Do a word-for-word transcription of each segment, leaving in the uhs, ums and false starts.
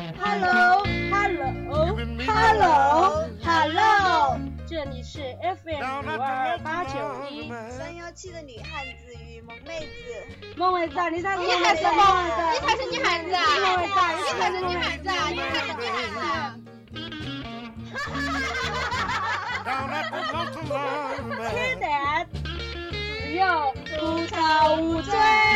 Hello，Hello，Hello，Hello，这里是 F M 五二二八九一三幺七的女汉子与萌妹子。 萌妹子，你才是女孩子， 萌妹子， 你才是女孩子啊！ 萌妹子， 你才是女孩子啊！你才是女孩子。 吃的只有吐槽无罪。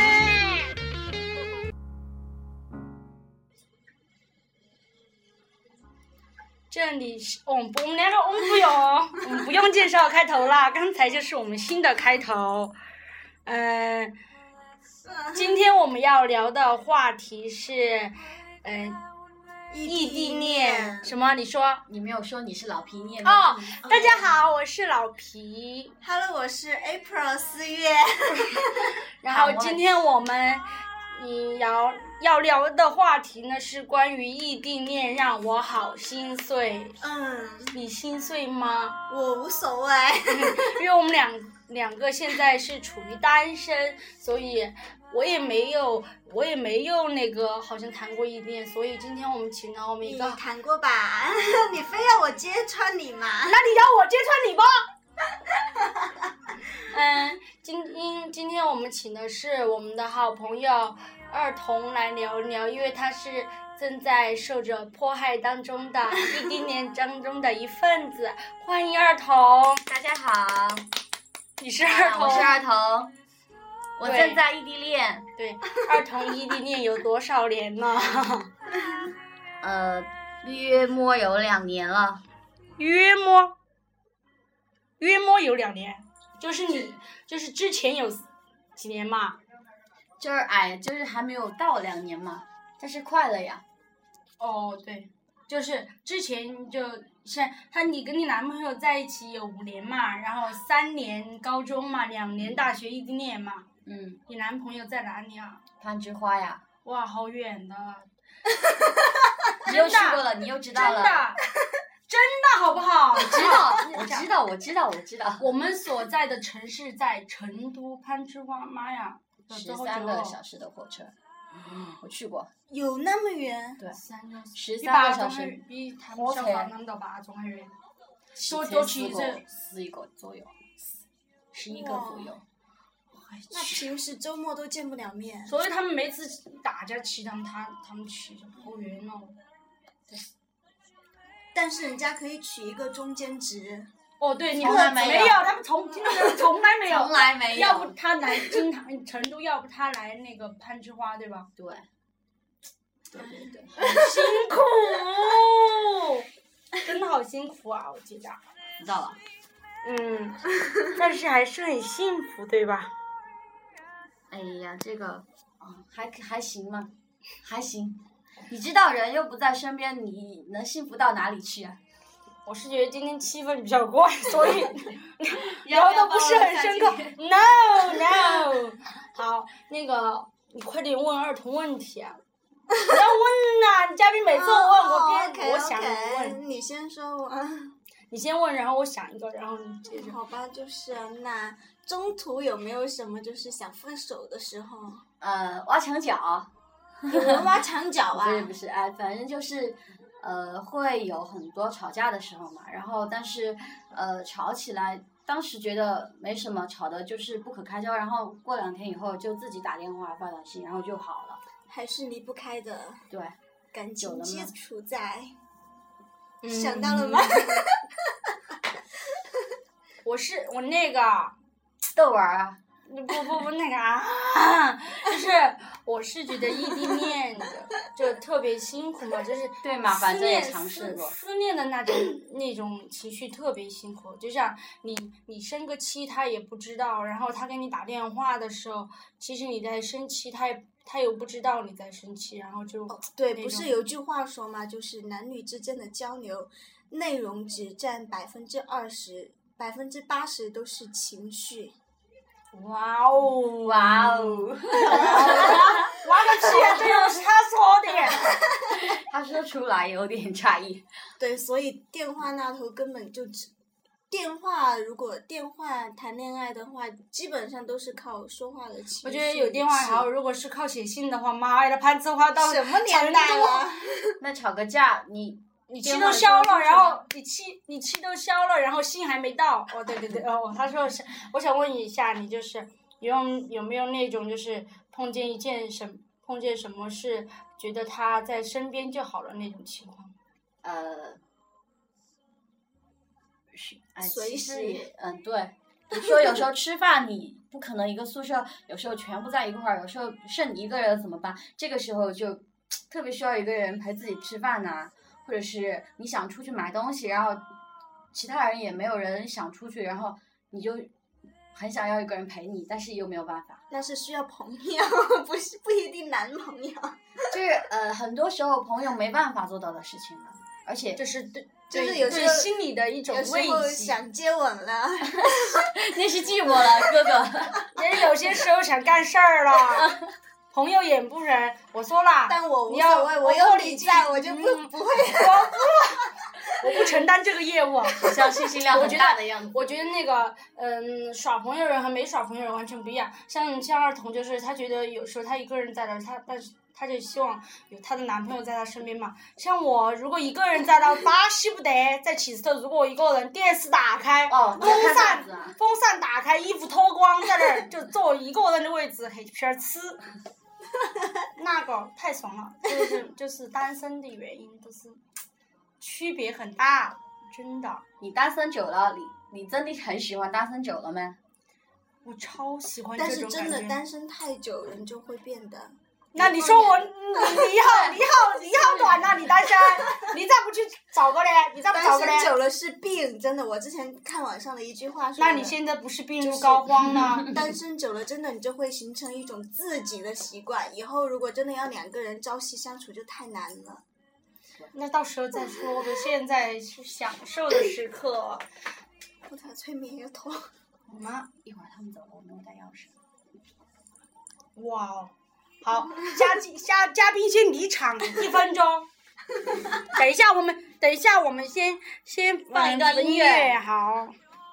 这里是我们不，我们两个我们不用，我们不用介绍开头啦，刚才就是我们新的开头。嗯、呃，今天我们要聊的话题是，嗯、呃。异地恋什么？你说？ 你没有说你是老皮，你也没有哦。大家好，我是老皮。 Hello， 我是 April 四月。 然后今天我们你要要聊的话题呢是关于异地恋，让我好心碎。 嗯， 你心碎吗？ 我无所谓， 因为我们两两个现在是处于单身，所以。我也没有，我也没有那个，好像谈过异地恋，所以今天我们请了我们一个。 你谈过吧？你非要我揭穿你吗？ 那你要我揭穿你吧？嗯，今今今天我们请的是我们的好朋友二童来聊一聊，因为他是正在受着迫害当中的异地恋当中的一份子。欢迎二童。 大家好， 你是二童， 我是二童。我正在异地恋。 对，二童异地恋有多少年呢？ 呃，约摸有两年了。 约摸，约摸有两年，就是你，就是之前有几年嘛？ 就是哎，就是还没有到两年嘛，但是快了呀。 哦，对，就是之前就是他，你跟你男朋友在一起有五年嘛，然后三年高中嘛，两年大学异地恋嘛。 嗯， 你男朋友在哪里啊？ 攀枝花呀。 哇，好远的。 你又去过了，你又知道了。 真的，真的好不好？ 我知道，我知道，我知道，我知道。 我们所在的城市在成都攀枝花，妈呀！ 十三个小时的火车。嗯，我去过。 有那么远？ 对， 十三个小时。 比他们小房那到八中还远。多多去一阵。 十一个左右，十一个左右。 那平时周末都见不了面。 所以他们每次大家去，他们他他们去就好远哦。对。 但是人家可以取一个中间值。 哦，对，你们没有，他们从听到人从来没有。 从来没有。 要不他来经常成都，要不他来那个攀枝花，对吧？ 对。对对对。 好辛苦，真的好辛苦啊！我觉得。 知道了。 嗯，但是还是很幸福，对吧？ 哎呀，这个，哦，还还行嘛，还行。你知道人又不在身边，你能幸福到哪里去啊？ 我是觉得今天气氛比较怪，所以聊的不是很深刻。No No， 好，那个你快点问二童问题啊！不要问呐、啊，你嘉宾每次都问我，别、 oh, 我想问。你先说我。 你先问，然后我想一个，然后你接着。 好吧，就是那中途有没有什么就是想分手的时候？ 呃，挖墙脚。 有人挖墙脚啊？ 不是不是，哎，反正就是，呃，会有很多吵架的时候嘛。然后，但是，呃，吵起来，当时觉得没什么，吵的就是不可开交。然后过两天以后就自己打电话发短信，然后就好了。 还是离不开的。 对。 感情基础在。 嗯、 想到了吗？ 我是我那个逗玩啊， 不不不那个啊，就是我是觉得异地恋就特别辛苦嘛，就是对嘛，反正也尝试过思念的那种那种情绪特别辛苦，就像你你生个气他也不知道，然后他给你打电话的时候，其实你在生气，他也他又不知道你在生气，然后就、哦、 对，不是有句话说嘛，就是男女之间的交流内容只占百分之二十。百分之八十都是情绪。 哇哦哇哦！ 我的天，这又是他说的。 他说出来有点诧异。 对，所以电话那头根本就只，电话如果电话谈恋爱的话，基本上都是靠说话的情绪。 我觉得有电话还好，如果是靠写信的话，妈呀，攀枝花到什么年代了？ 那吵个架，你你气都消了，然后你气你气都消了，然后心还没到。哦，对对对，哦，他说是，我想问一下你，就是有有没有那种就是碰见一件什碰见什么事，觉得他在身边就好了那种情况？ 呃，是，哎， 随其实时也，嗯，对。比如说有时候吃饭，你不可能一个宿舍有时候全部在一块儿，有时候剩你一个人怎么办？这个时候就特别需要一个人陪自己吃饭呐、啊，或者是你想出去买东西，然后其他人也没有人想出去，然后你就很想要一个人陪你，但是又没有办法。 那是需要朋友，不是不一定男朋友。 就是呃，很多时候朋友没办法做到的事情了，而且就是对， 就是有时候对心里的一种有时慰藉。 候想接吻了， 那是寂寞了，哥哥。 也有些时候想干事儿了，朋友也不忍。我说了， 但我无你要所谓， 我有过你你在，我就不、 嗯不会。 我不，我不承担这个业务。 好像信息量很大的样子。 我觉得那个，嗯，耍朋友人和没耍朋友人完全不一样。像像二童，就是他觉得有时候他一个人在那儿，他但是他就希望有她的男朋友在他身边嘛。像我，如果一个人在那儿，巴西不得，在寝室头，如果我一个人，电视打开， 哦风扇、 啊、 风扇打开，衣服脱光，在那儿就坐一个人的位置，黑皮儿吃。那个太爽了，就是就是单身的原因都是区别很大，真的。 你单身久了，你你真的很喜欢单身久了吗？ 我超喜欢这但种感觉。 是真的单身太久，人就会变得。 那你说我，你你好你好你好短呐、啊！你单身，你再不去找个嘞？你再不找个嘞？ 单身久了是病，真的。我之前看网上的一句话说。 那你现在不是病入膏肓呢？ 就是、单身久了，真的你就会形成一种自己的习惯，以后如果真的要两个人朝夕相处，就太难了。 那到时候再说，我现在是享受的时刻。 我操，催眠又痛。 我妈一会儿他们走了，我没有带钥匙。 哇哦！好，嘉嘉嘉宾先离场一分钟。等一下，我们等一下，我们先先放一段音乐，好。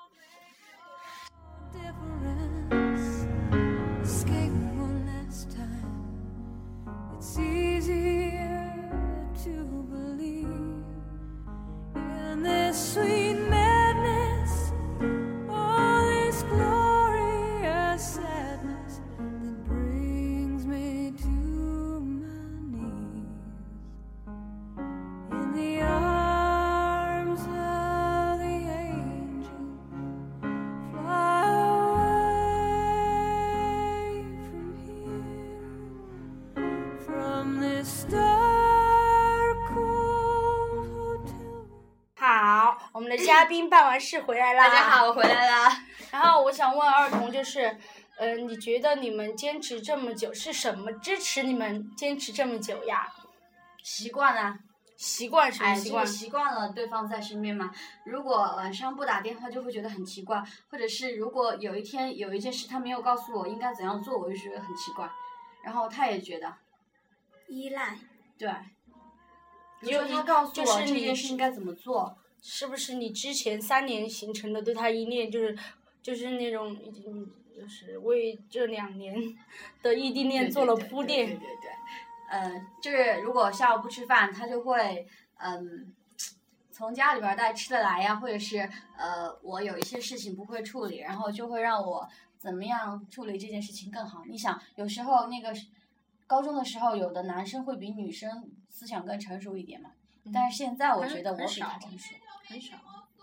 我们的嘉宾办完事回来啦！ 大家好，我回来啦。 然后我想问二童，就是，呃，你觉得你们坚持这么久是什么支持你们坚持这么久呀？ 习惯啊。 习惯什么习惯？ 哎，习惯了对方在身边嘛。如果晚上不打电话，就会觉得很奇怪；或者是如果有一天有一件事他没有告诉我应该怎样做，我就觉得很奇怪。然后他也觉得。 依赖。 对。比如说他告诉我这件事应该怎么做。 是不是你之前三年形成的对他依恋，就是就是那种已经就是为这两年的异地恋做了铺垫？ 对对 对, 对, 对, 对, 对，呃，就是如果下午不吃饭，他就会嗯，从家里边带吃的来呀，或者是呃，我有一些事情不会处理，然后就会让我怎么样处理这件事情更好。你想，有时候那个高中的时候，有的男生会比女生思想更成熟一点嘛，嗯、但是现在我觉得我比他成熟。 很少。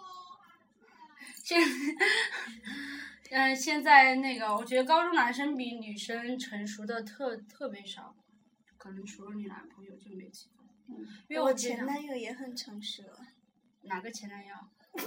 现，嗯、呃，现在那个，我觉得高中男生比女生成熟的特特别少，可能除了你男朋友就没几个。 嗯， 因为我前男友也很成熟。 哪个前男友？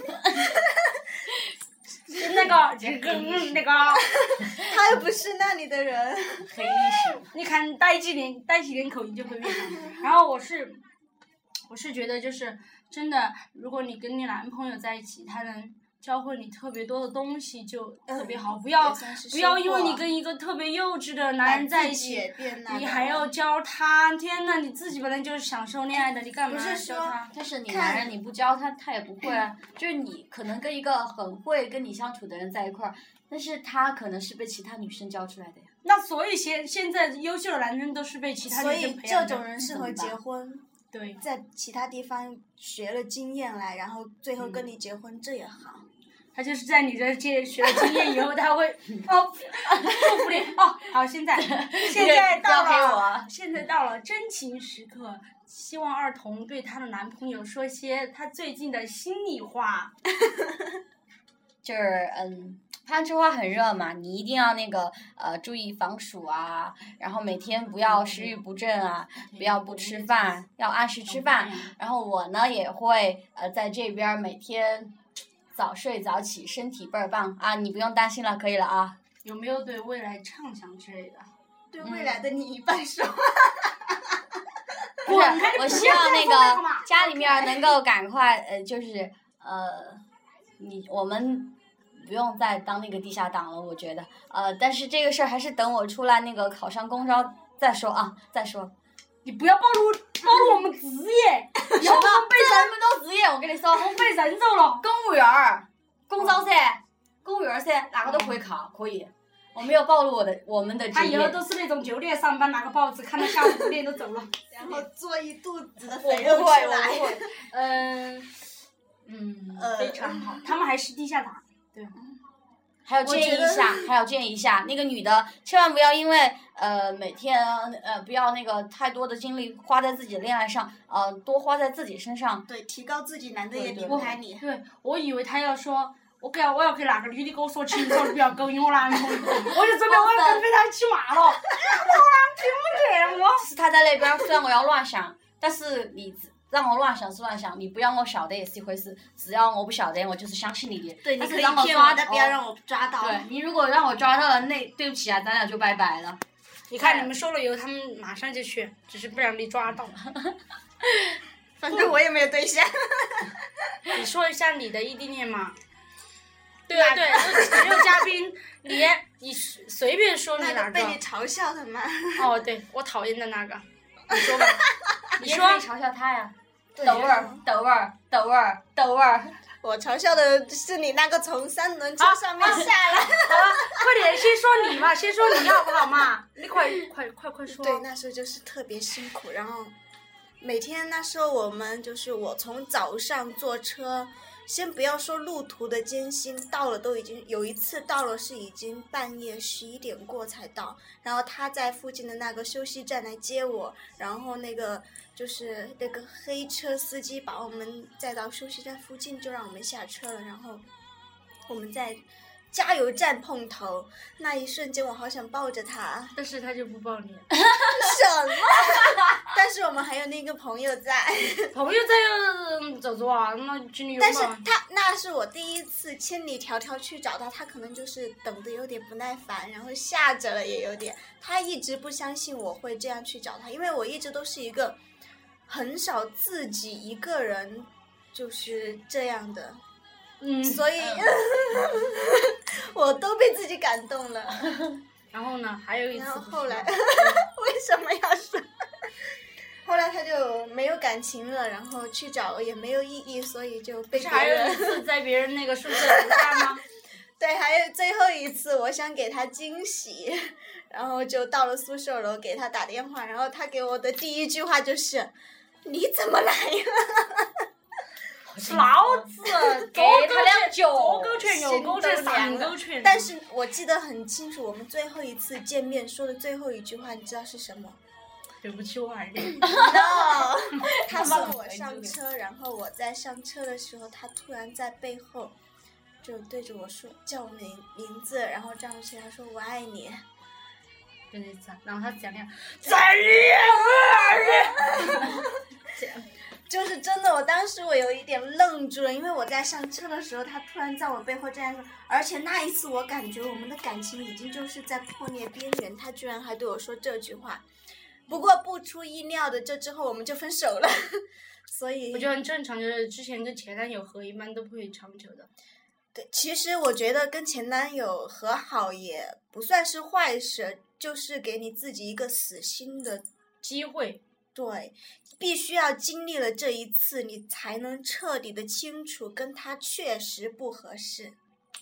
那个，这个，嗯，那个。 他又不是那里的人。 黑历史。 你看，带几年，带几年口音就会变了。然后我是，我是觉得就是真的，如果你跟你男朋友在一起，他能教会你特别多的东西，就特别好。 嗯、 不要不要因为你跟一个特别幼稚的男人在一起，你还要教他。天呐，你自己本来就是享受恋爱的，你干嘛要教他？ 但是你男人你不教他，他也不会啊。就是你可能跟一个很会跟你相处的人在一块儿，但是他可能是被其他女生教出来的呀。 那所以现现在优秀的男生都是被其他女生培养的。 所以这种人适合结婚。 对， 在其他地方学了经验来，然后最后跟你结婚，这也好。 他就是在你这些学了经验以后，他会哦，受不了哦。好，现在现在到交给了我， 现在到了真情时刻，希望二童对她的男朋友说些她最近的心里话。 就是嗯，攀枝花很热嘛，你一定要那个呃注意防暑啊，然后每天不要食欲不振啊，不要不吃饭，要按时吃饭。然后我呢也会呃在这边每天早睡早起，身体倍儿棒啊！你不用担心了，可以了啊。 有没有对未来畅想之类的？ 对未来的你一半说。 不是，我希望那个家里面能够赶快呃，就是呃，你我们不用再当那个地下党了，我觉得呃，但是这个事儿还是等我出来那个考上公招再说啊，再说。 你不要暴露暴露我们职业，以后我们被这么多职业，我跟你说， 我们被人肉了。 公务员儿、公招噻，公务员儿噻，哪个都可以考，可以。我没有暴露我的我们的职业。 他以后都是那种九点上班，拿个报纸看到下午五点就走了。 然后做一肚子的我肥肉出不会，我来。 不会。 嗯嗯， 呃非常好，他们还是地下党。对。 还要建议一下，还要建议一下，那个女的千万不要因为呃每天呃不要那个太多的精力花在自己的恋爱上，呃多花在自己身上。 对，提高自己，男的也离对对不开你。 对，我以为他要说，我给我要给那个女的跟我说清楚，不要勾引我男朋友，我就准备我要跟他起骂了。我男听不见我。 是他在那边，虽然我要乱想，但是你让我乱想是乱想，你不让我晓得也是一回事。只要我不晓得，我就是相信你的。 对，你可以但是让我骗我， 抓但不要哦让我抓到。 对你如果让我抓到了，那对不起啊，咱俩就拜拜了。 你看你们说了以后，他们马上就去，只是不让你抓到。 反正我也没有对象。 你说一下你的异地恋嘛？对啊对，没有嘉宾，你你随便说你哪个。 那个被你嘲笑的吗？ 哦，对，我讨厌的那个，你说吧。你说。 你可以嘲笑他呀。抖味儿，抖味儿，抖味儿，抖味儿。 我嘲笑的是你那个从三轮车上面下来。 好了，快点，先说你嘛，先说你好不好嘛？你快快快快说。 对，那时候就是特别辛苦，然后每天那时候我们就是我从早上坐车，先不要说路途的艰辛，到了都已经有一次到了是已经半夜十一点过才到，然后他在附近的那个休息站来接我，然后那个就是那个黑车司机把我们载到休息站附近就让我们下车了，然后我们在加油站碰头，那一瞬间我好想抱着他， 但是他就不抱你。 什么？但是我们还有那个朋友在。 朋友在走走啊，那经理有但是他那是我第一次千里迢迢去找他，他可能就是等得有点不耐烦，然后吓着了也有点。他一直不相信我会这样去找他，因为我一直都是一个很少自己一个人就是这样的， 嗯， 所以、嗯、我都被自己感动了。 然后呢，还有一次。 然后后来为什么要说？后来他就没有感情了，然后去找也没有意义，所以就被别人。 还有一次在别人那个宿舍楼下吗？ 对，还有最后一次，我想给他惊喜，然后就到了宿舍楼给他打电话，然后他给我的第一句话就是：“你怎么来呀？” 老子给他两酒， 左勾拳右勾拳上勾拳。 但是我记得很清楚，我们最后一次见面说的最后一句话，你知道是什么？ 对不起，我爱你。 no， 他送我上车，然后我在上车的时候，他突然在背后就对着我说，叫我名名字，然后站起来说我爱你。 对对对，然后他讲那样，再见，我爱你。 就是真的，我当时我有一点愣住了，因为我在上车的时候，他突然在我背后这样说，而且那一次我感觉我们的感情已经就是在破裂边缘，他居然还对我说这句话。不过不出意料的，这之后我们就分手了，所以我觉得很正常，就是之前跟前男友和一般都不会长久的。 对，其实我觉得跟前男友和好也不算是坏事，就是给你自己一个死心的机会。 对，必须要经历了这一次，你才能彻底的清楚跟他确实不合适。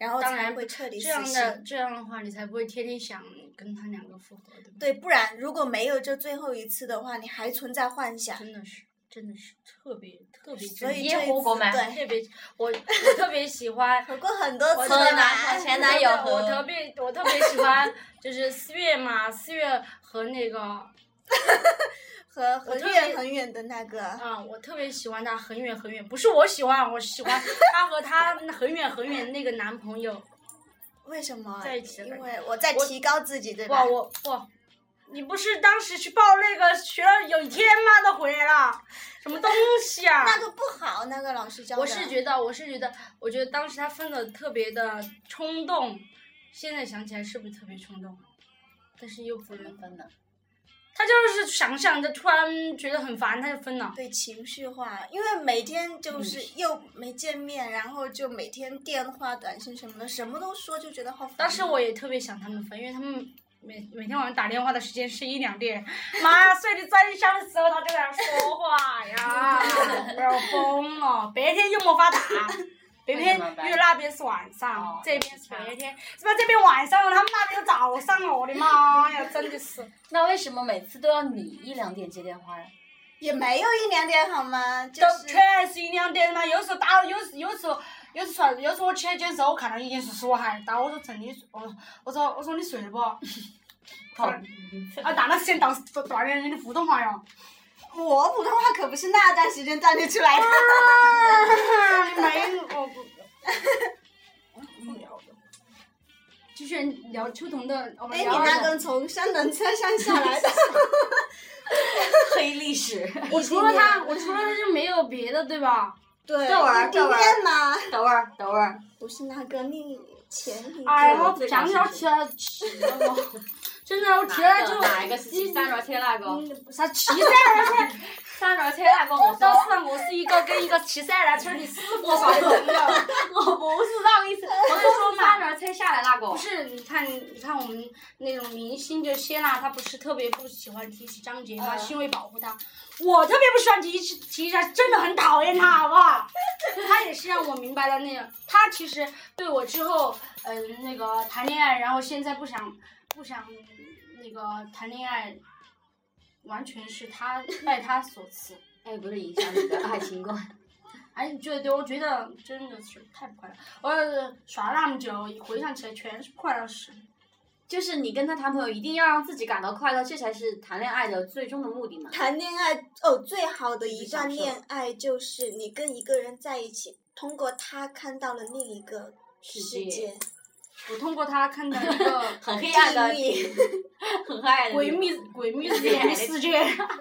然后才当然会彻底这样死心。 的这样的话，你才不会天天想跟他两个复合，对不对？ 对，不然如果没有这最后一次的话，你还存在幻想。 真的是，真的是特别特别所以真这一次对， 特别我我特别喜欢。 喝过很多次我特别了吧？ 和前男友我和特别我特别喜欢，就是四月嘛，四月和那个， 和很我特别远很远的那个。 嗯，我特别喜欢他很远很远，不是我喜欢，我喜欢他和他很远很远的那个男朋友。 为什么？ 在一起的因感觉为我在提高自己，对吧哇，？我哇，你不是当时去报那个学了有一天吗？都回来了，什么东西啊？ 那个不好，那个老师教的。 我是觉得，我是觉得，我觉得当时他分的特别的冲动，现在想起来是不是特别冲动？但是又不能分的。 他就是想想着，突然觉得很烦，他就分了。 对情绪化，因为每天就是又没见面，然后就每天电话、短信什么的，什么都说，就觉得好烦。 当时我也特别想他们分，因为他们每每天晚上打电话的时间是一两点，妈呀，睡得真香的时候他就在那说话呀，我要疯了，白天又没法打。白天因为那边是晚上， 哦这边是白天，是吧？这边晚上了，他们那边早上了，我的妈呀，真的是。 那为什么每次都要你一两点接电话呀？ 也没有一两点好吗？就都是全是一两点嘛，有时候打，有时有时候有时候有时候我起来的时候，我看到已经是说还打，我说趁你，我我说我说你睡了不？ 好， 啊，大段时间当锻炼你的普通话哟。 我普通话可不是那段时间锻炼出来的。 你没我不。无聊的。继续聊秋桐的，我们哎，你聊那个从三轮车上下来的。 黑历史。 我除了他，我除了他就没有别的，对吧？ 对， 这玩意儿异地恋嘛， 等会儿，等会儿。 不是那个另前一个。 哎呀，我讲起来起来气了我，真的我提了就哪一个是骑三轮车那个？ 嗯，啥骑三轮车？ 三轮车那个我当说。 时我是一个跟一个骑三轮车的师傅耍的朋友。 我不是那个意思，我是说三轮车下来那个。 不是，你看，你看我们那种明星，就谢娜，她不是特别不喜欢提起张杰吗？ 嗯是因为保护他。我特别不喜欢提起提起他，真的很讨厌他，好不好？他也是让我明白了那个，他其实对我之后，嗯、呃，那个谈恋爱，然后现在不想不想那个谈恋爱，完全是他拜他所赐。 哎，不是影响你的爱情观。 哎，对对，我觉得真的是太不快乐。我耍了那么久，回想起来全是不快乐事。 就是你跟他谈朋友，一定要让自己感到快乐，这才是谈恋爱的最终的目的嘛。 谈恋爱哦，最好的一段恋爱就是你跟一个人在一起，通过他看到了另一个世世界我通过他看到一个很黑暗的地狱很黑暗的诡秘诡秘的世界。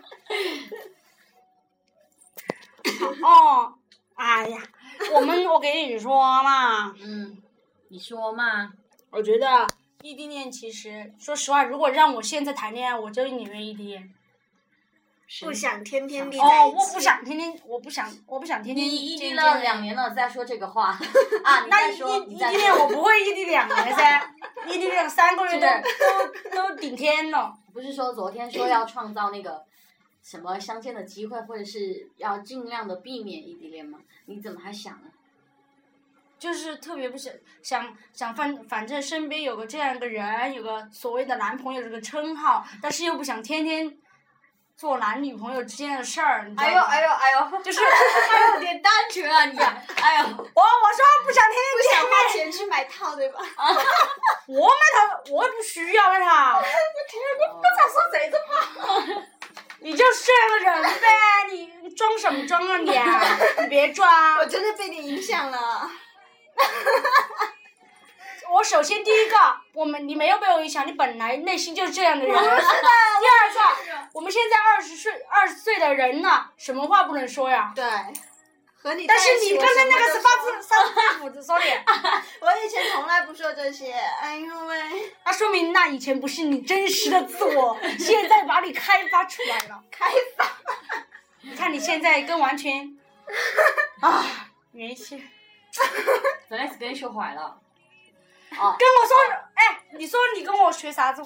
哦，哎呀，我们我跟你说嘛， 嗯，你说嘛。 我觉得异地恋其实，说实话，如果让我现在谈恋爱，我就宁愿异地恋。 不想天天腻在哦， 一起。 我不想天天，我不想，我不想天天你异地见了两年了，再说这个话啊！你那再说， 异异你再地恋我不会异地两年噻，异地恋三个月都都都顶天了。 不是说昨天说要创造那个什么相见的机会，或者是要尽量的避免异地恋吗？你怎么还想呢？ 就是特别不想想想反反正身边有个这样一个人，有个所谓的男朋友这个称号，但是又不想天天做男女朋友之间的事儿，你知道吗？ 哎呦哎呦哎呦， 就是还有点单纯啊你！哎呦， 我我说不想天不想天见面， 花钱去买套，对吧？ 我买它，我不需要买它。 不咋说这种话。 你就是这样的人呗，你装什么装啊你啊？你别装。 我真的被你影响了。 我首先第一个，我们你没有被我影响，你本来内心就是这样的人。第二个，我们现在二十岁二十岁的人了，什么话不能说呀？ 对。和你。 但是你刚才那个是八字三字斧子说的。 我以前从来不说这些，哎呦喂。 那说明那以前不是你真实的自我，现在把你开发出来了。 开发。 你看你现在跟完全，啊，原先。 本来是跟你学坏了。 哦。跟我说，哎，你说你跟我学啥子坏啊？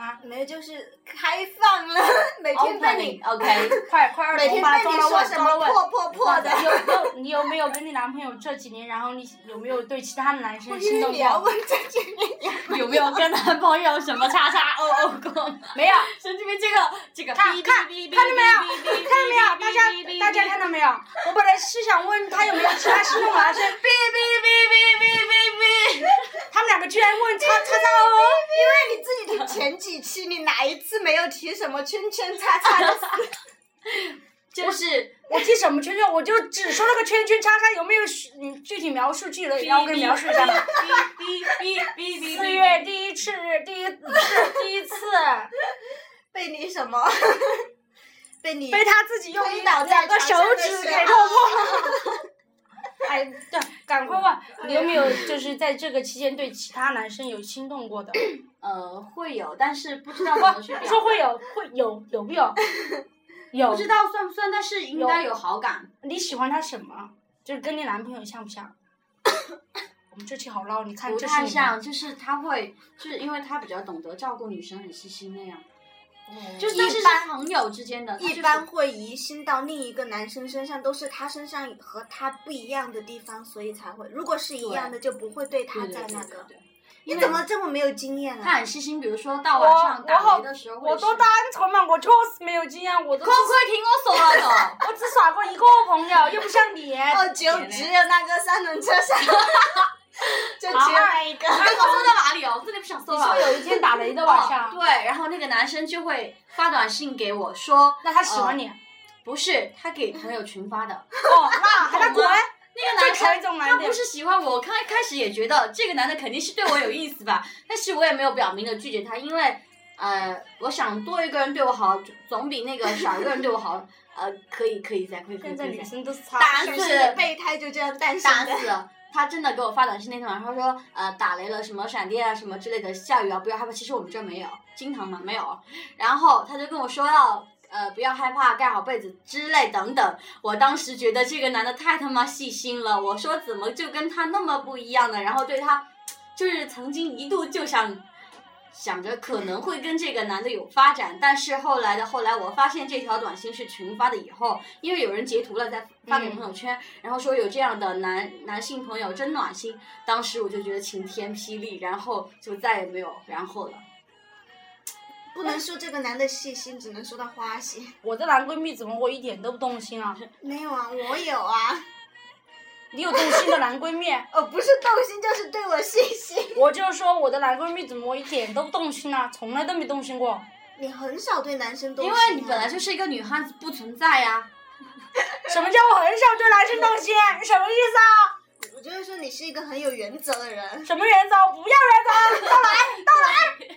啊， 没有，就是开放了，每天被你 OK， 快快儿每童把天被你装了问， 说什么装了问。 破破破的。 有有你有没有跟你男朋友这几年，然后你有没有对其他的男生我以心动为你要过？ 问这句， 有没有跟男朋友什么叉叉 O O 过？ 没有。 神经病，这个这个看看看到没有？看到没有？大家大家看到没有？我本来是想问他有没有其他心动男生，哔哔哔哔哔哔哔，他们两个居然问叉叉叉哦。 因为你自己听前几期，你哪一次没有提什么圈圈叉叉的词？ 就是我提什么圈圈？我就只说那个圈圈叉叉，有没有你具体描述具体？然后给描述一下嘛。 哔哔哔哔四月第一次，第一次，第一次。 被你什么？被你被他自己用推倒在两个手指给戳破。哎，对，赶快问，你有没有就是在这个期间对其他男生有心动过的？ 呃会有，但是不知道怎么去表达。 说会有，会有有没有？有。 不知道算不算，但是应该有好感。 你喜欢他什么？就是跟你男朋友像不像？我们这期好唠，你看不这是你太像，就是他会，就是因为他比较懂得照顾女生，很细心那样。就是但是是朋友之间的， 一般会疑心到另一个男生身上，都是他身上和他不一样的地方，所以才会。如果是一样的，就不会对他再那个。你怎么这么没有经验啊？ 他很细心，比如说到晚上打雷的时候我多单纯嘛，我确实没有经验，我都。 可不可以听我说了的？ 我只耍过一个朋友，又不像你。 哦，就只有那个三轮车上。就只有那一个。 刚刚说到哪里哦？我真的不想说了。 你说有一天打雷的晚上。 对，然后那个男生就会发短信给我说。 那他喜欢你？ 不是，他给朋友群发的。 哦，那还他滚！ 那个男生他不是喜欢我，刚一开始也觉得这个男的肯定是对我有意思吧，但是我也没有表明的拒绝他，因为呃，我想多一个人对我好，总比那个少一个人对我好。呃，可以可以再可以可以现在女生都是差。 打死备胎就这样诞生的。 打死了。他真的给我发短信那天晚上，他说呃打雷了，什么闪电啊什么之类的，下雨啊不要害怕。其实我们这儿没有，金堂嘛没有。然后他就跟我说要呃不要害怕，盖好被子之类等等。我当时觉得这个男的太他妈细心了，我说怎么就跟他那么不一样呢？然后对他就是曾经一度就想想着可能会跟这个男的有发展，但是后来的后来我发现这条短信是群发的以后，因为有人截图了再发给朋友圈，嗯、然后说有这样的男男性朋友真暖心，当时我就觉得晴天霹雳，然后就再也没有然后了。 不能说这个男的细心，只能说他花心。 我的男闺蜜怎么我一点都不动心啊？ 没有啊，我有啊。 你有动心的男闺蜜？ 哦，不是动心，就是对我细心。 我就说我的男闺蜜怎么我一点都不动心啊？从来都没动心过。 你很少对男生动心、啊。 因为你本来就是一个女汉子，不存在呀、啊。 什么叫我很少对男生动心？什么意思啊？ 我就是说你是一个很有原则的人。 什么原则？我不要原则，都来，都来。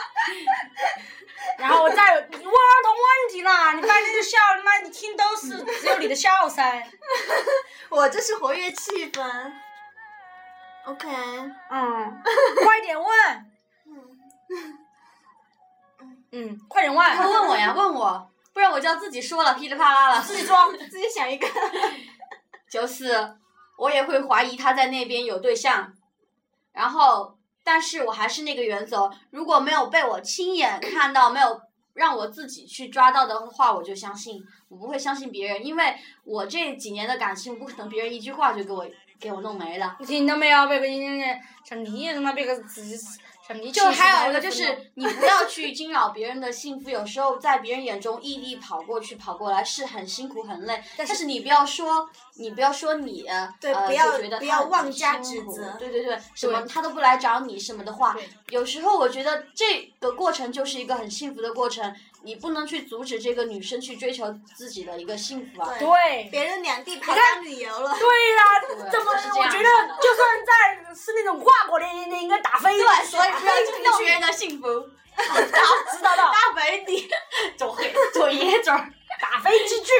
然后我再问儿童问题啦，你半天就笑，他妈你听都是只有你的笑声。 我这是活跃气氛。OK。 嗯。快点问。嗯。嗯，快点问。 他问我呀，问我，不然我就要自己说了，噼里啪啦了。 自己说， 自己想一个。 就是我也会怀疑他在那边有对象，然后。但是我还是那个原则，如果没有被我亲眼看到，没有让我自己去抓到的话，我就相信，我不会相信别人，因为我这几年的感情不可能别人一句话就给我给我弄没了。 你听到没有？别个人家像你他妈别个自己像你。 就还有一个就是，你不要去惊扰别人的幸福，有时候在别人眼中异地跑过去跑过来是很辛苦很累，但是你不要说，你不要说你对， 呃不要就觉得不要妄加指责， 对对对，什么他都不来找你什么的话，有时候我觉得这个过程就是一个很幸福的过程。你不能去阻止这个女生去追求自己的一个幸福啊！ 对， 别人两地跑当旅游了。 对呀，怎么？我觉得就算在是那种跨国联姻的，应该打飞机。 对，所以不要去弄别人的幸福。 知道到。 打飞机，做黑做野种， 打飞机去。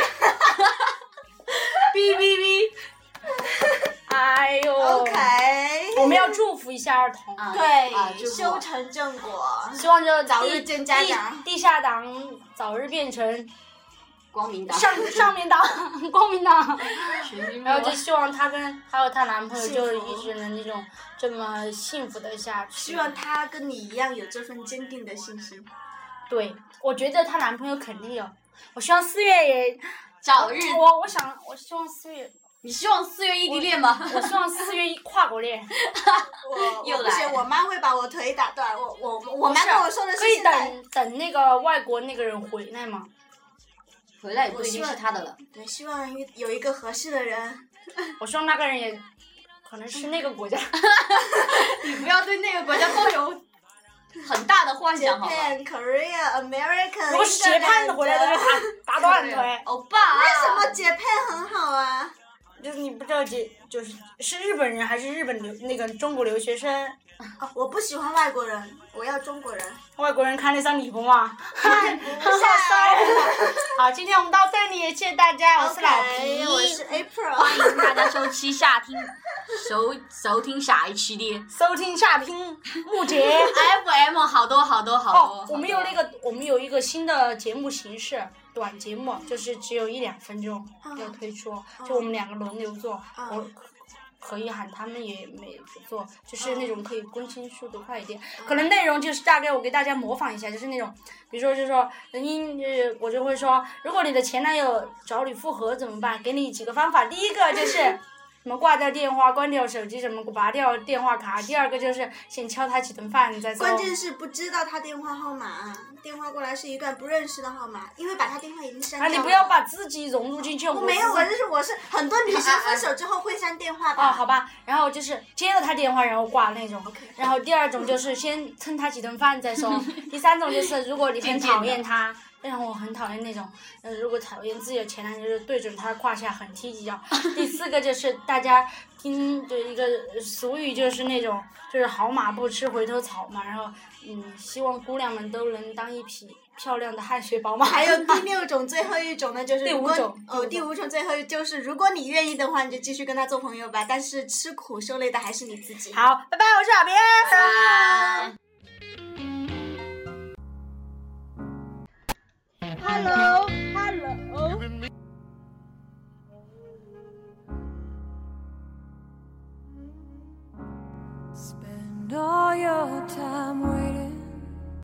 哔哔哔。 哎呦 ！OK， 我们要祝福一下儿童， 对， 啊、 修成正果， 希望就早日见家长， 地下党早日变成光明党， 上上面党，光明党。 神经病然后就希望她跟还有她男朋友就一直能那种这么幸福的下去。 希望她跟你一样有这份坚定的信心。 对，我觉得她男朋友肯定有。我希望四月也早日。 我我想，我希望四月。 你希望四月异地恋吗？ 我希望四月一跨国恋。 我又来我不行，我妈会把我腿打断。我我我妈跟我说的是可以现在等等那个外国那个人回来吗？ 回来也不一定是他的了。 对，希望有一个合适的人。 我希望那个人也可能是那个国家。 你不要对那个国家抱有很大的幻想，好吗 Japan, Korea, America。 如果是捷潘的回来，那就打打断腿。 欧巴。 为什么捷潘很好啊？ 就是你不知道捷就是是日本人还是日本留那个中国留学生？ 哦，我不喜欢外国人，我要中国人。 外国人看得上你不嘛？ 看不好骚。好，今天我们到这里，谢谢大家，我是老皮， Okay, 我是 April。 欢迎大家收期下听，收收听下一期的收听下听木节 F M， 好多好多好多。 哦，我们有那个，我们有一个新的节目形式，短节目，就是只有一两分钟要推出，就我们两个轮流做，我可以喊他们也没做，就是那种可以更新速度快一点。可能内容就是大概我给大家模仿一下，就是那种，比如说就是说，因呃我就会说，如果你的前男友找你复合怎么办？给你几个方法，第一个就是。什么挂掉电话、关掉手机，什么拔掉电话卡。第二个就是先敲他几顿饭再说。 关键是不知道他电话号码，电话过来是一段不认识的号码，因为把他电话已经删掉了。 啊，你不要把自己融入进去。 我没有，我就是我是很多女生分手之后会删电话吧。 哦，好吧，然后就是接了他电话然后挂那种。然后第二种就是先蹭他几顿饭再说。第三种就是如果你很讨厌他。让我很讨厌那种，呃，如果讨厌自己的前男友，就是对准他胯下狠踢几脚。第四个就是大家听的一个俗语，就是那种，就是好马不吃回头草嘛。然后，嗯，希望姑娘们都能当一匹漂亮的汗水宝马。 还有第六种，最后一种呢，就是第五种哦，第五种最后就是如果你愿意的话，你就继续跟他做朋友吧。但是吃苦受累的还是你自己。 好，拜拜，我是小编。 拜。 Hello, hello. Spend all your time waiting.